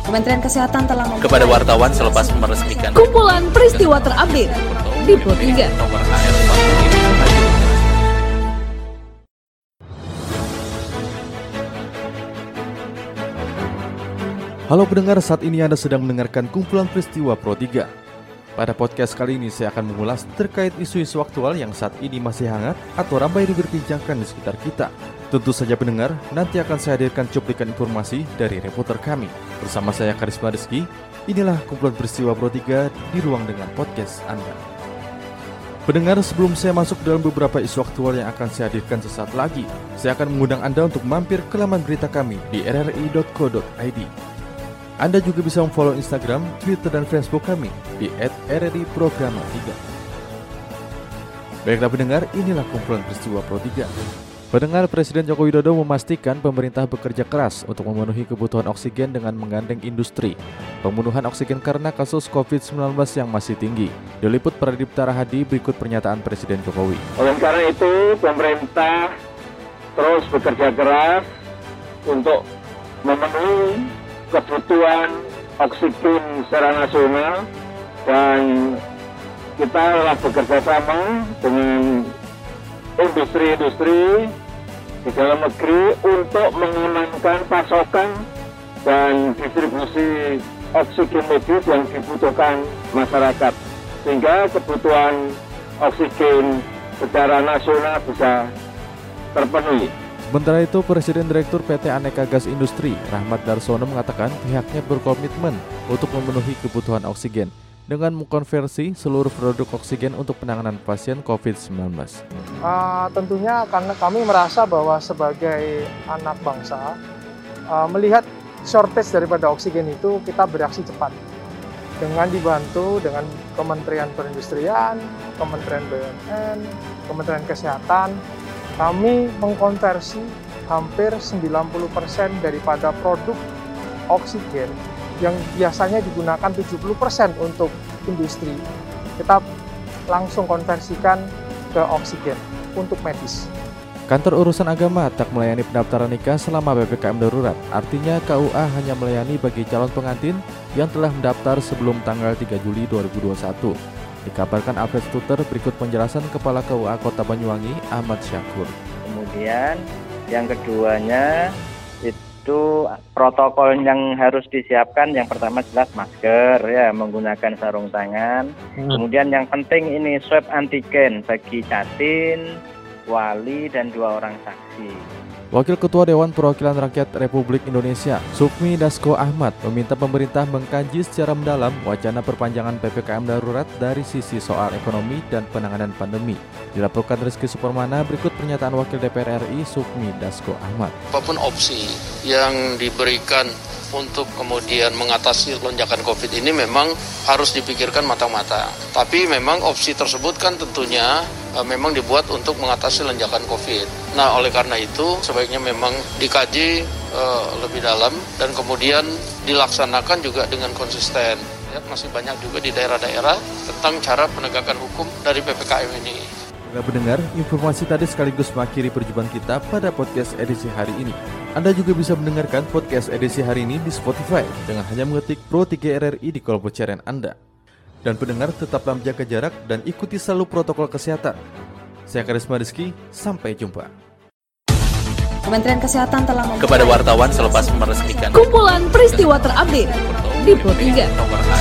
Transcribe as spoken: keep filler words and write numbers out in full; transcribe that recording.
Kementerian Kesehatan telah memulai kepada wartawan selepas meresmikan kumpulan peristiwa terupdate di Pro tiga. Halo pendengar, saat ini Anda sedang mendengarkan kumpulan peristiwa Pro tiga. Pada podcast kali ini saya akan mengulas terkait isu-isu aktual yang saat ini masih hangat atau ramai diperbincangkan di sekitar kita. Tentu saja pendengar, nanti akan saya hadirkan cuplikan informasi dari reporter kami. Bersama saya Karisma Rizky, inilah kumpulan peristiwa Pro tiga di ruang dengar podcast Anda. Pendengar, sebelum saya masuk dalam beberapa isu aktual yang akan saya hadirkan sesaat lagi, saya akan mengundang Anda untuk mampir ke laman berita kami di r r i dot co dot i d. Anda juga bisa memfollow Instagram, Twitter, dan Facebook kami di et r r i programa tiga. Baiklah pendengar, inilah kumpulan peristiwa Pro tiga. Pendengar, Presiden Joko Widodo memastikan pemerintah bekerja keras untuk memenuhi kebutuhan oksigen dengan menggandeng industri. Pemenuhan oksigen karena kasus covid sembilan belas yang masih tinggi. Diliput Pradipta Rahadi, berikut pernyataan Presiden Jokowi. Oleh karena itu, pemerintah terus bekerja keras untuk memenuhi kebutuhan oksigen secara nasional, dan kita telah bekerja sama dengan industri-industri di dalam negeri untuk mengamankan pasokan dan distribusi oksigen medis yang dibutuhkan masyarakat, sehingga kebutuhan oksigen secara nasional bisa terpenuhi. Sementara itu, Presiden Direktur P T Aneka Gas Industri, Rahmat Darsono, mengatakan pihaknya berkomitmen untuk memenuhi kebutuhan oksigen dengan mengkonversi seluruh produk oksigen untuk penanganan pasien covid sembilan belas. Uh, tentunya karena kami merasa bahwa sebagai anak bangsa, uh, melihat shortage daripada oksigen itu, kita beraksi cepat. Dengan dibantu dengan Kementerian Perindustrian, Kementerian B U M N, Kementerian Kesehatan, kami mengkonversi hampir sembilan puluh persen daripada produk oksigen yang biasanya digunakan tujuh puluh persen untuk industri. Kita langsung konversikan ke oksigen untuk medis. Kantor Urusan Agama tak melayani pendaftaran nikah selama P P K M darurat. Artinya K U A hanya melayani bagi calon pengantin yang telah mendaftar sebelum tanggal tiga Juli dua ribu dua puluh satu. Dikabarkan Alfred Stuter, berikut penjelasan Kepala K U A Kota Banyuwangi, Ahmad Syakur. Kemudian yang keduanya itu protokol yang harus disiapkan, yang pertama jelas masker, ya, menggunakan sarung tangan. Hmm. Kemudian yang penting ini swab antigen bagi catin, wali, dan dua orang saksi. Wakil Ketua Dewan Perwakilan Rakyat Republik Indonesia, Sukmi Dasko Ahmad, meminta pemerintah mengkaji secara mendalam wacana perpanjangan P P K M darurat dari sisi soal ekonomi dan penanganan pandemi. Dilaporkan Rizky Supermana, berikut pernyataan Wakil D P R R I Sukmi Dasko Ahmad. Apapun opsi yang diberikan untuk kemudian mengatasi lonjakan COVID ini memang harus dipikirkan matang-matang. Tapi memang opsi tersebut kan tentunya e, memang dibuat untuk mengatasi lonjakan COVID. Nah, oleh karena itu sebaiknya memang dikaji e, lebih dalam dan kemudian dilaksanakan juga dengan konsisten. Ya, masih banyak juga di daerah-daerah tentang cara penegakan hukum dari P P K M ini. Nah, pendengar, informasi tadi sekaligus mengakhiri perjumpaan kita pada podcast edisi hari ini. Anda juga bisa mendengarkan podcast edisi hari ini di Spotify dengan hanya mengetik Pro tiga R R I di kolom pencarian Anda. Dan pendengar, tetaplah menjaga jarak dan ikuti selalu protokol kesehatan. Saya Karisma Rizky, sampai jumpa. Kementerian Kesehatan telah memulai kepada wartawan selepas meresmikan kumpulan peristiwa terupdate di Pro tiga.